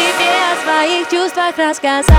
тебе о своих чувствах рассказать.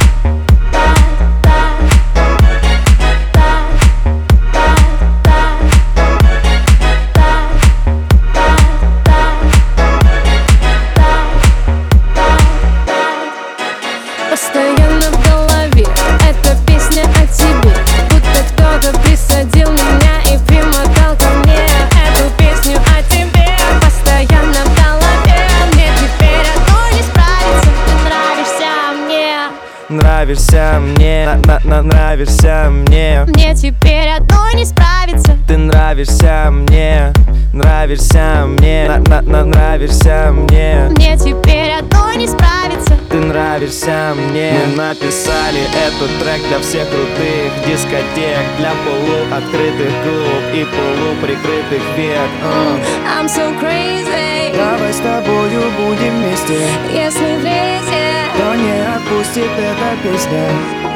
Постоянно в голове эта песня о тебе, будто кто-то присадил меня и примотал ко мне. Эту песню о тебе постоянно в голове. Мне теперь одной не справиться. Ты нравишься мне. Нравишься мне, нравишься мне. Мне теперь одной не справиться. Ты нравишься мне, нравишься мне, нравишься мне. Мне теперь одной не справиться. Ты нравишься мне. Мы написали этот трек для всех крутых дискотек, для полуоткрытых губ и полуприкрытых век. I'm so crazy. Давай с тобою будем вместе. Если влезет, То не отпустит эта песня.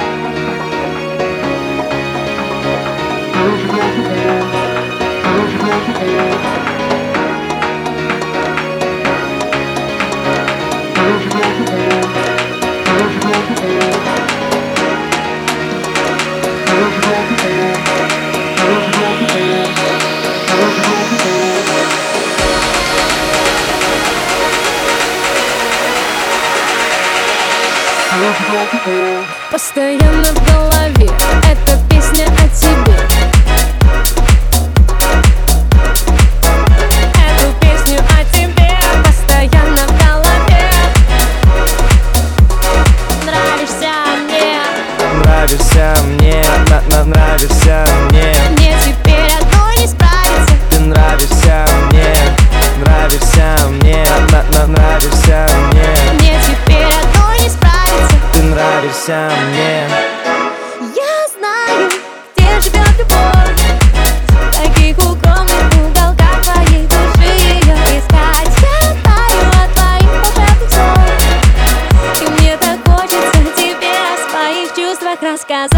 постоянно в голове эта песня о тебе. Эту песню о тебе постоянно в голове. Нравишься мне. Нравишься мне, нравишься мне. Мне теперь одной не справиться. Ты нравишься мне, нравишься мне, нравишься мне. Мне теперь одной не справиться. Ты нравишься мне. Я знаю, где живет любовь, в таких укромных уголках твоей души ее искать. Я знаю о твоих волшебных снах, и мне так хочется тебе о своих чувствах рассказать.